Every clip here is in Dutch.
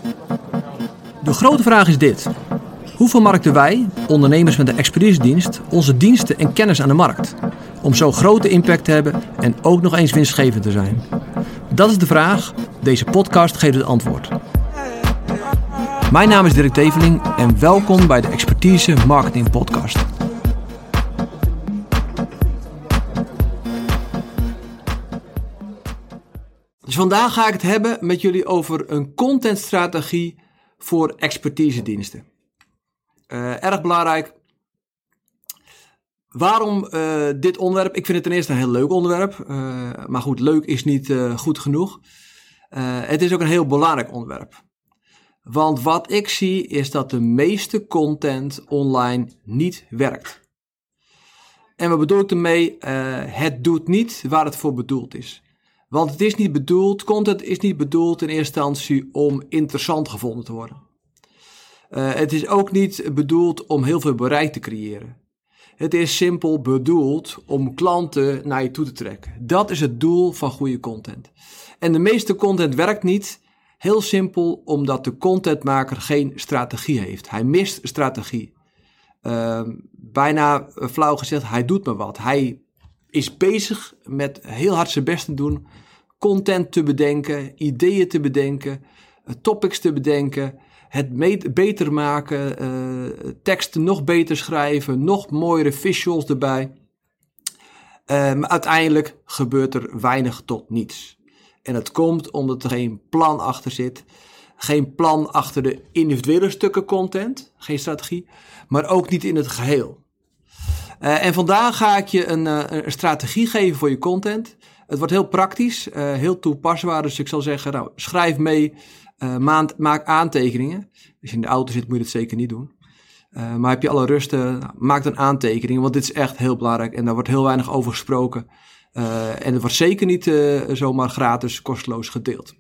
De grote vraag is dit. Hoe vermarkten wij, ondernemers met een expertisedienst, onze diensten en kennis aan de markt? Om zo grote impact te hebben en ook nog eens winstgevend te zijn. Dat is de vraag. Deze podcast geeft het antwoord. Mijn naam is Dirk Teveling en welkom bij de Expertise Marketing Podcast. Dus vandaag ga ik het hebben met jullie over een contentstrategie voor expertisediensten. Erg belangrijk. Waarom dit onderwerp? Ik vind het ten eerste een heel leuk onderwerp. Maar goed, leuk is niet goed genoeg. Het is ook een heel belangrijk onderwerp. Want wat ik zie is dat de meeste content online niet werkt. En wat bedoel ik ermee? Het doet niet waar het voor bedoeld is. Want het is niet bedoeld, content is niet bedoeld in eerste instantie om interessant gevonden te worden. Het is ook niet bedoeld om heel veel bereik te creëren. Het is simpel bedoeld om klanten naar je toe te trekken. Dat is het doel van goede content. En de meeste content werkt niet, heel simpel, omdat de contentmaker geen strategie heeft. Hij mist strategie. Bijna flauw gezegd, hij doet maar wat. Hij is bezig met heel hard zijn best te doen, content te bedenken, ideeën te bedenken, topics te bedenken, het beter maken, teksten nog beter schrijven, nog mooiere visuals erbij. Maar uiteindelijk gebeurt er weinig tot niets. En dat komt omdat er geen plan achter zit, geen plan achter de individuele stukken content, geen strategie, maar ook niet in het geheel. En vandaag ga ik je een strategie geven voor je content. Het wordt heel praktisch, heel toepasbaar. Dus ik zal zeggen, schrijf mee, maak aantekeningen. Als je in de auto zit, moet je dat zeker niet doen. Maar heb je alle rust, maak dan aantekeningen. Want dit is echt heel belangrijk en daar wordt heel weinig over gesproken. En het wordt zeker niet zomaar gratis, kosteloos gedeeld.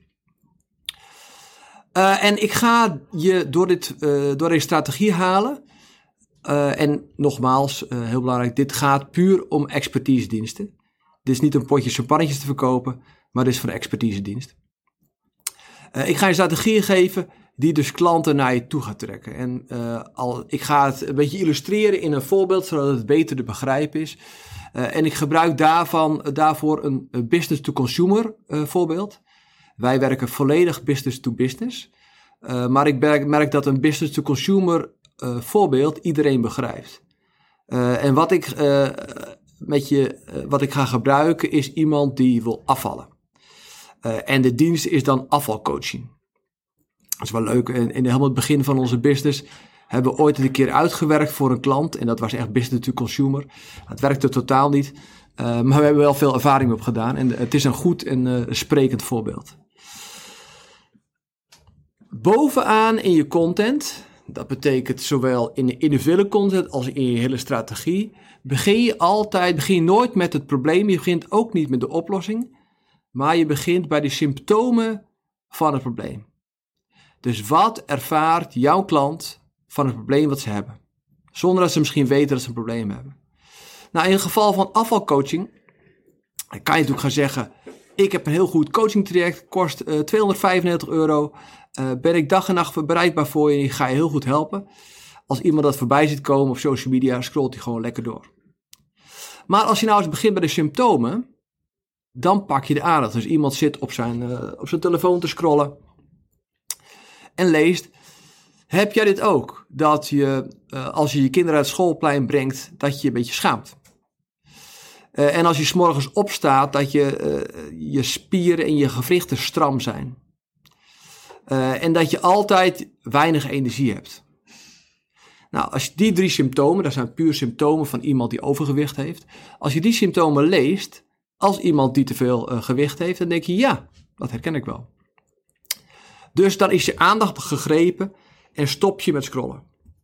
En ik ga je door deze strategie halen. En nogmaals, heel belangrijk, dit gaat puur om expertisediensten. Dit is niet een potje champagnetjes te verkopen, maar dit is voor de expertisedienst. Ik ga je strategieën geven die dus klanten naar je toe gaat trekken. En ik ga het een beetje illustreren in een voorbeeld, zodat het beter te begrijpen is. En ik gebruik daarvoor een business-to-consumer voorbeeld. Wij werken volledig business-to-business. Maar ik merk dat een business-to-consumer voorbeeld iedereen begrijpt. En wat ik ga gebruiken is iemand die wil afvallen. En de dienst is dan afvalcoaching. Dat is wel leuk. En in helemaal het begin van onze business hebben we ooit een keer uitgewerkt voor een klant. En dat was echt business to consumer. Het werkte totaal niet. Maar we hebben wel veel ervaring op gedaan. En het is een goed en sprekend voorbeeld. Bovenaan in je content, dat betekent zowel in de individuele content als in je hele strategie, begin je nooit met het probleem. Je begint ook niet met de oplossing. Maar je begint bij de symptomen van het probleem. Dus wat ervaart jouw klant van het probleem wat ze hebben? Zonder dat ze misschien weten dat ze een probleem hebben. Nou, in het geval van afvalcoaching kan je natuurlijk gaan zeggen, ik heb een heel goed coachingtraject, kost €295. Ben ik dag en nacht bereikbaar voor je en ik ga je heel goed helpen. Als iemand dat voorbij ziet komen op social media, scrolt hij gewoon lekker door. Maar als je nou eens begint bij de symptomen, dan pak je de aandacht. Dus iemand zit op zijn telefoon te scrollen en leest. Heb jij dit ook? Dat je, als je je kinderen uit het schoolplein brengt, dat je je een beetje schaamt. En als je 's morgens opstaat, dat je spieren en je gewrichten stram zijn. En dat je altijd weinig energie hebt. Nou, als je die 3 symptomen, dat zijn puur symptomen van iemand die overgewicht heeft. Als je die symptomen leest, als iemand die te veel gewicht heeft, dan denk je, ja, dat herken ik wel. Dus dan is je aandacht gegrepen en stop je met scrollen.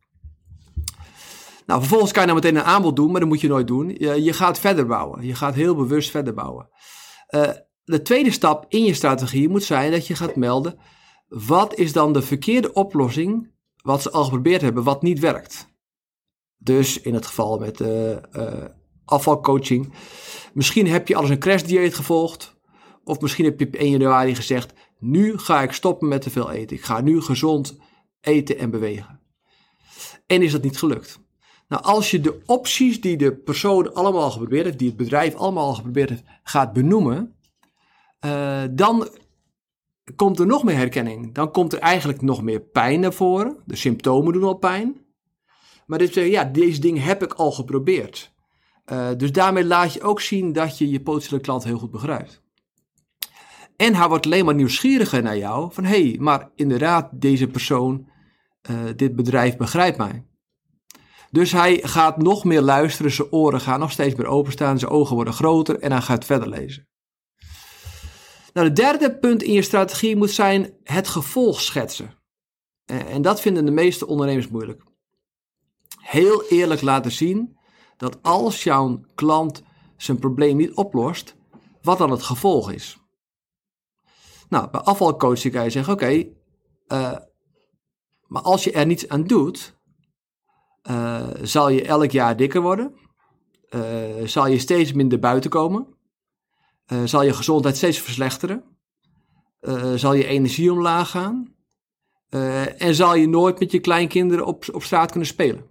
Nou, vervolgens kan je nou meteen een aanbod doen, maar dat moet je nooit doen. Je gaat verder bouwen. Je gaat heel bewust verder bouwen. De tweede stap in je strategie moet zijn dat je gaat melden, wat is dan de verkeerde oplossing wat ze al geprobeerd hebben, wat niet werkt. Dus in het geval met afvalcoaching, misschien heb je al eens een crashdieet gevolgd, of misschien heb je op 1 januari gezegd, Nu ga ik stoppen met te veel eten. Ik ga nu gezond eten en bewegen. En is dat niet gelukt? Nou, als je de opties die de persoon allemaal al geprobeerd heeft, die het bedrijf allemaal al geprobeerd heeft, gaat benoemen, dan komt er nog meer herkenning. Dan komt er eigenlijk nog meer pijn naar voren. De symptomen doen al pijn. Maar dit zeggen, ja, deze dingen heb ik al geprobeerd. Dus daarmee laat je ook zien dat je je potentiële klant heel goed begrijpt. En hij wordt alleen maar nieuwsgieriger naar jou. Van hé, maar inderdaad, deze persoon, dit bedrijf begrijpt mij. Dus hij gaat nog meer luisteren, zijn oren gaan nog steeds meer openstaan, zijn ogen worden groter en hij gaat verder lezen. Nou, het derde punt in je strategie moet zijn het gevolg schetsen. En dat vinden de meeste ondernemers moeilijk. Heel eerlijk laten zien dat als jouw klant zijn probleem niet oplost, wat dan het gevolg is. Nou, bij afvalcoaching kan je zeggen, oké, maar als je er niets aan doet, zal je elk jaar dikker worden, zal je steeds minder buiten komen, zal je gezondheid steeds verslechteren, zal je energie omlaag gaan en zal je nooit met je kleinkinderen op straat kunnen spelen.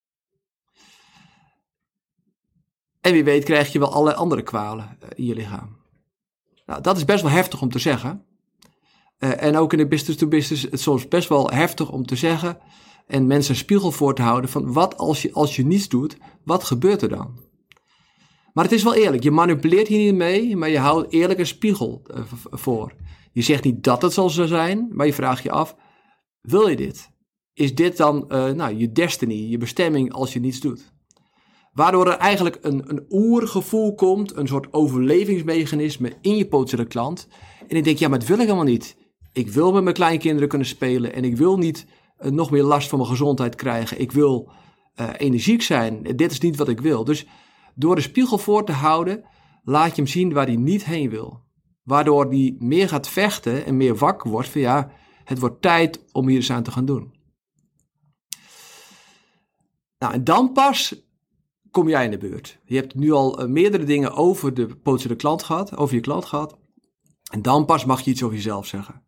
En wie weet krijg je wel allerlei andere kwalen in je lichaam. Nou, dat is best wel heftig om te zeggen. En ook in de business-to-business het soms best wel heftig om te zeggen en mensen een spiegel voor te houden van wat als je niets doet, wat gebeurt er dan? Maar het is wel eerlijk, je manipuleert hier niet mee, maar je houdt eerlijk een spiegel voor. Je zegt niet dat het zal zo zijn, maar je vraagt je af, wil je dit? Is dit dan je destiny, je bestemming als je niets doet? Waardoor er eigenlijk een oergevoel komt, een soort overlevingsmechanisme in je potentiële klant. En ik denk, ja, maar dat wil ik helemaal niet. Ik wil met mijn kleinkinderen kunnen spelen en ik wil niet nog meer last van mijn gezondheid krijgen. Ik wil energiek zijn. Dit is niet wat ik wil. Dus door de spiegel voor te houden, laat je hem zien waar hij niet heen wil. Waardoor hij meer gaat vechten en meer wakker wordt van ja, het wordt tijd om hier eens aan te gaan doen. Nou, en dan pas kom jij in de beurt. Je hebt nu al meerdere dingen over de potentiële klant gehad, over je klant gehad. En dan pas mag je iets over jezelf zeggen.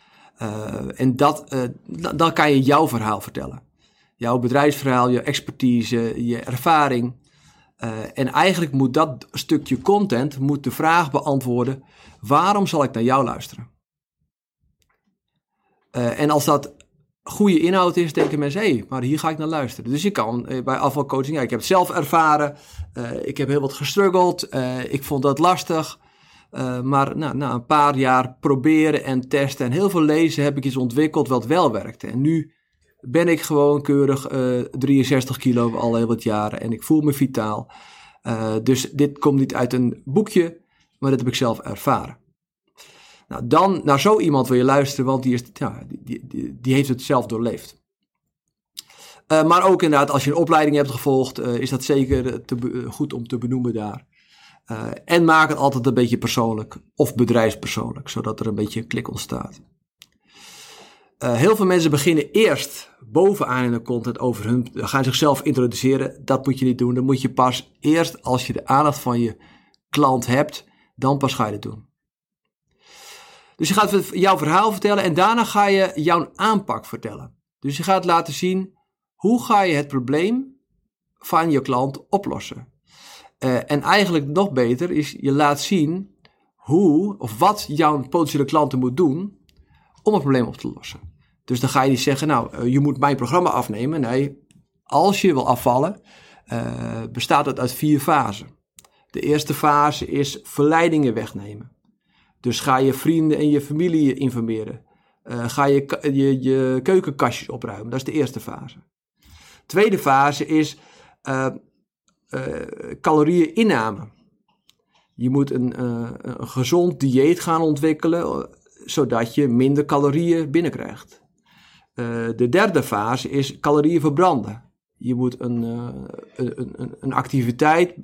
Dan kan je jouw verhaal vertellen. Jouw bedrijfsverhaal, je expertise, je ervaring. En eigenlijk moet dat stukje content de vraag beantwoorden, waarom zal ik naar jou luisteren? En als dat goede inhoud is, denken mensen, maar hier ga ik naar luisteren. Dus je kan bij afvalcoaching, ik heb het zelf ervaren, ik heb heel wat gestruggeld, ik vond dat lastig. Maar na een paar jaar proberen en testen en heel veel lezen heb ik iets ontwikkeld wat wel werkte. En nu ben ik gewoon keurig 63 kilo al heel wat jaren en ik voel me vitaal. Dus dit komt niet uit een boekje, maar dat heb ik zelf ervaren. Nou, dan naar zo iemand wil je luisteren, want die heeft het zelf doorleefd. Maar ook inderdaad, als je een opleiding hebt gevolgd, is dat zeker goed om te benoemen daar. En maak het altijd een beetje persoonlijk of bedrijfspersoonlijk, zodat er een beetje een klik ontstaat. Heel veel mensen beginnen eerst bovenaan in de content over gaan zichzelf introduceren. Dat moet je niet doen. Dan moet je pas eerst als je de aandacht van je klant hebt, dan pas ga je het doen. Dus je gaat jouw verhaal vertellen en daarna ga je jouw aanpak vertellen. Dus je gaat laten zien, hoe ga je het probleem van je klant oplossen? En eigenlijk nog beter is, je laat zien hoe of wat jouw potentiële klanten moet doen om het probleem op te lossen. Dus dan ga je niet zeggen, je moet mijn programma afnemen. Nee, als je wil afvallen, bestaat het uit 4 fasen. De eerste fase is verleidingen wegnemen. Dus ga je vrienden en je familie informeren. Ga je keukenkastjes opruimen. Dat is de eerste fase. Tweede fase is calorieën inname. Je moet een gezond dieet gaan ontwikkelen, zodat je minder calorieën binnenkrijgt. De derde fase is calorieën verbranden. Je moet een activiteit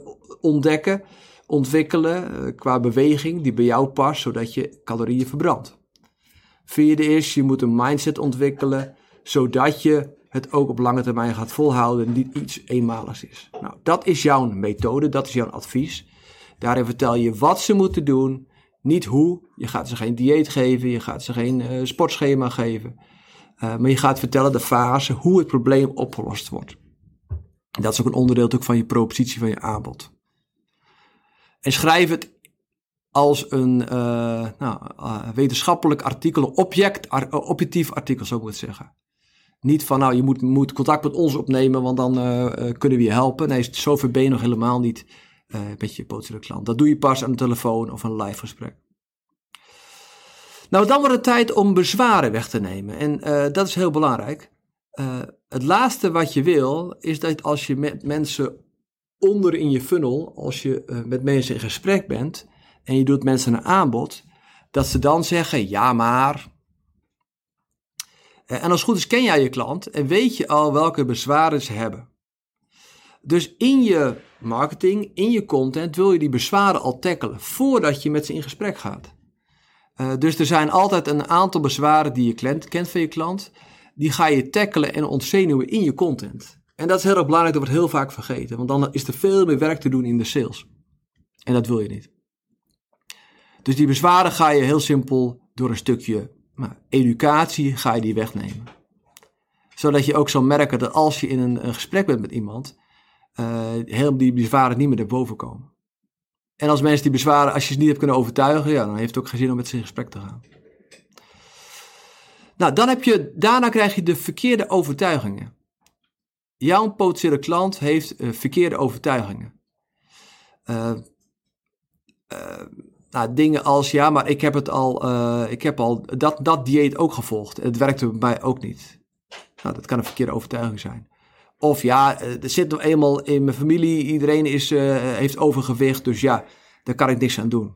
ontwikkelen qua beweging die bij jou past, zodat je calorieën verbrandt. Vierde is, je moet een mindset ontwikkelen, zodat je het ook op lange termijn gaat volhouden en niet iets eenmaligs is. Nou, dat is jouw methode, dat is jouw advies. Daarin vertel je wat ze moeten doen Niet hoe, je gaat ze geen dieet geven, je gaat ze geen sportschema geven. Maar je gaat vertellen de fase hoe het probleem opgelost wordt. Dat is ook een onderdeel natuurlijk van je propositie van je aanbod. En schrijf het als een wetenschappelijk artikel, objectief artikel, zo moet ik het zeggen. Niet van, je moet contact met ons opnemen, want dan kunnen we je helpen. Nee, zover ben je nog helemaal niet met je potentiële klant. Dat doe je pas aan de telefoon of een live gesprek. Nou, dan wordt het tijd om bezwaren weg te nemen. En dat is heel belangrijk. Het laatste wat je wil, is dat als je met mensen onder in je funnel, als je met mensen in gesprek bent en je doet mensen een aanbod, dat ze dan zeggen, ja maar. En als het goed is ken jij je klant en weet je al welke bezwaren ze hebben. Dus in je marketing, in je content wil je die bezwaren al tackelen voordat je met ze in gesprek gaat. Dus er zijn altijd een aantal bezwaren die je kent van je klant. Die ga je tackelen en ontzenuwen in je content. En dat is heel erg belangrijk, dat wordt heel vaak vergeten. Want dan is er veel meer werk te doen in de sales. En dat wil je niet. Dus die bezwaren ga je heel simpel door een stukje educatie ga je die wegnemen. Zodat je ook zal merken dat als je in een gesprek bent met iemand, heel die bezwaren niet meer naar boven komen. En als mensen die bezwaren, als je ze niet hebt kunnen overtuigen, dan heeft het ook geen zin om met ze in gesprek te gaan. Nou, daarna krijg je de verkeerde overtuigingen. Jouw potentiële klant heeft verkeerde overtuigingen. Dingen als, ja, maar ik heb al dat dieet ook gevolgd. Het werkte bij mij ook niet. Nou, dat kan een verkeerde overtuiging zijn. Of ja, er zit nog eenmaal in mijn familie, iedereen heeft overgewicht, dus ja, daar kan ik niks aan doen.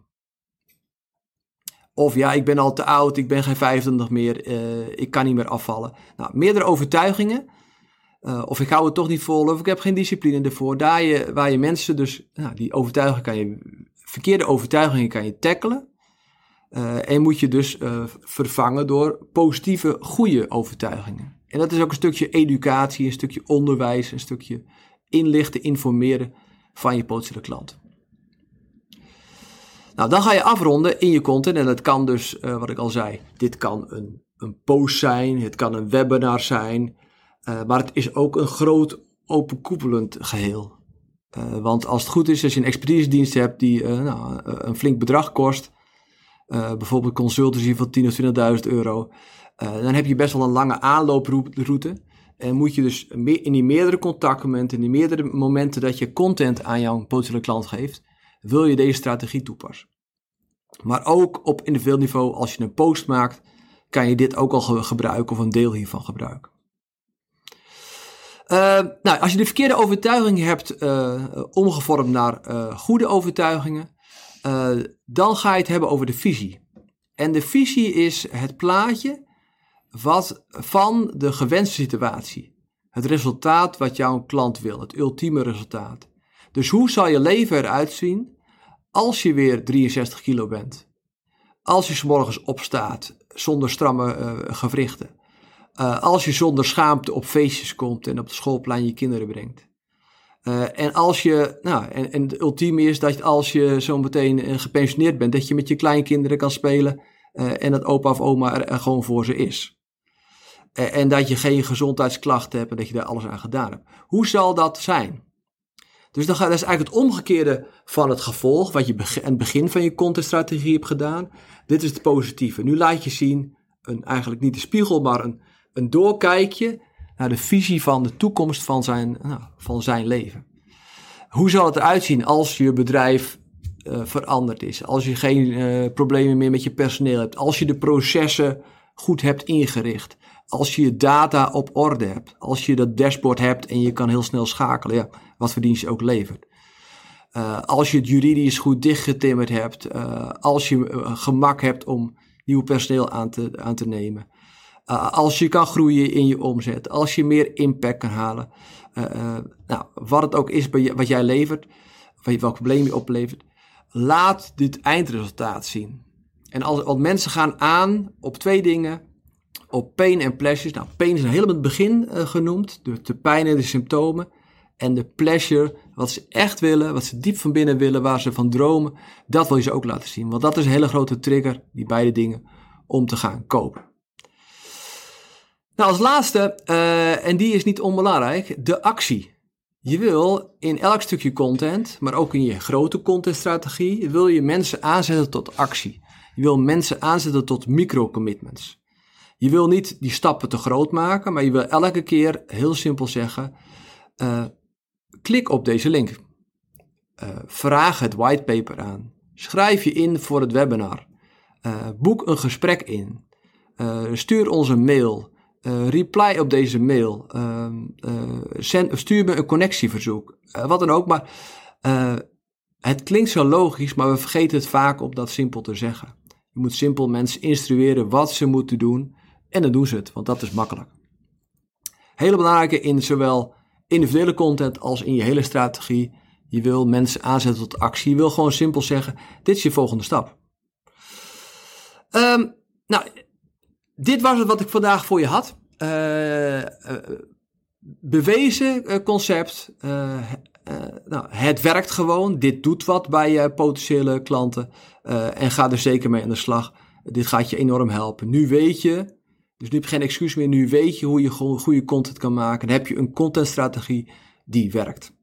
Of ja, ik ben al te oud, ik ben geen 25 meer, ik kan niet meer afvallen. Nou, meerdere overtuigingen. Of ik hou het toch niet vol, of ik heb geen discipline ervoor. Waar je mensen dus, die overtuigingen verkeerde overtuigingen kan je tackelen. En moet je dus vervangen door positieve, goede overtuigingen. En dat is ook een stukje educatie, een stukje onderwijs, een stukje inlichten, informeren van je potentiële klant. Nou, dan ga je afronden in je content en dat kan dus, wat ik al zei, dit kan een post zijn, het kan een webinar zijn, maar het is ook een groot overkoepelend geheel. Want als het goed is, als je een expertisedienst hebt die een flink bedrag kost, bijvoorbeeld consultancy van 10.000 of 20.000 euro, dan heb je best wel een lange aanlooproute. En moet je dus in die meerdere contactmomenten, in die meerdere momenten dat je content aan jouw potentiële klant geeft, wil je deze strategie toepassen. Maar ook op individueel niveau, als je een post maakt, kan je dit ook al gebruiken of een deel hiervan gebruiken. Als je de verkeerde overtuiging hebt omgevormd naar goede overtuigingen, dan ga je het hebben over de visie. En de visie is het plaatje van de gewenste situatie. Het resultaat wat jouw klant wil, het ultieme resultaat. Dus hoe zal je leven eruit zien als je weer 63 kilo bent? Als je 's morgens opstaat zonder stramme gewrichten. Als je zonder schaamte op feestjes komt en op het schoolplein je kinderen brengt. En als je, en het ultieme is dat als je zo meteen gepensioneerd bent, dat je met je kleinkinderen kan spelen en dat opa of oma er gewoon voor ze is. En dat je geen gezondheidsklachten hebt en dat je daar alles aan gedaan hebt. Hoe zal dat zijn? Dus dat is eigenlijk het omgekeerde van het gevolg, wat je aan het begin van je contentstrategie hebt gedaan. Dit is het positieve. Nu laat je zien, eigenlijk niet de spiegel, maar een doorkijkje naar de visie van de toekomst van zijn leven. Hoe zal het eruit zien als je bedrijf veranderd is? Als je geen problemen meer met je personeel hebt? Als je de processen goed hebt ingericht? Als je je data op orde hebt? Als je dat dashboard hebt en je kan heel snel schakelen, wat voor dienst je ook levert? Als je het juridisch goed dichtgetimmerd hebt? Als je gemak hebt om nieuw personeel aan te nemen? Als je kan groeien in je omzet, als je meer impact kan halen, wat het ook is wat jij levert, welk probleem je oplevert, laat dit eindresultaat zien. En want mensen gaan aan op twee dingen, op pain en pleasures. Nou, pain is helemaal in het begin genoemd, de pijn en de symptomen. en de pleasure, wat ze echt willen, wat ze diep van binnen willen, waar ze van dromen, dat wil je ze ook laten zien. Want dat is een hele grote trigger, die beide dingen, om te gaan kopen. Nou, als laatste, en die is niet onbelangrijk, de actie. Je wil in elk stukje content, maar ook in je grote contentstrategie, wil je mensen aanzetten tot actie. Je wil mensen aanzetten tot micro-commitments. Je wil niet die stappen te groot maken, maar je wil elke keer heel simpel zeggen, klik op deze link. Vraag het whitepaper aan. Schrijf je in voor het webinar. Boek een gesprek in. Stuur ons een mail. Reply op deze mail. Stuur me een connectieverzoek. Wat dan ook, maar het klinkt zo logisch, maar we vergeten het vaak om dat simpel te zeggen. Je moet simpel mensen instrueren wat ze moeten doen en dan doen ze het, want dat is makkelijk. Hele belangrijke in zowel individuele content als in je hele strategie. Je wil mensen aanzetten tot actie. Je wil gewoon simpel zeggen, dit is je volgende stap. Nou, dit was het wat ik vandaag voor je had. Bewezen concept. Nou, het werkt gewoon. Dit doet wat bij potentiële klanten. En ga er zeker mee aan de slag. Dit gaat je enorm helpen. Nu weet je, dus nu heb je geen excuus meer. Nu weet je hoe je goede content kan maken. Dan heb je een contentstrategie die werkt.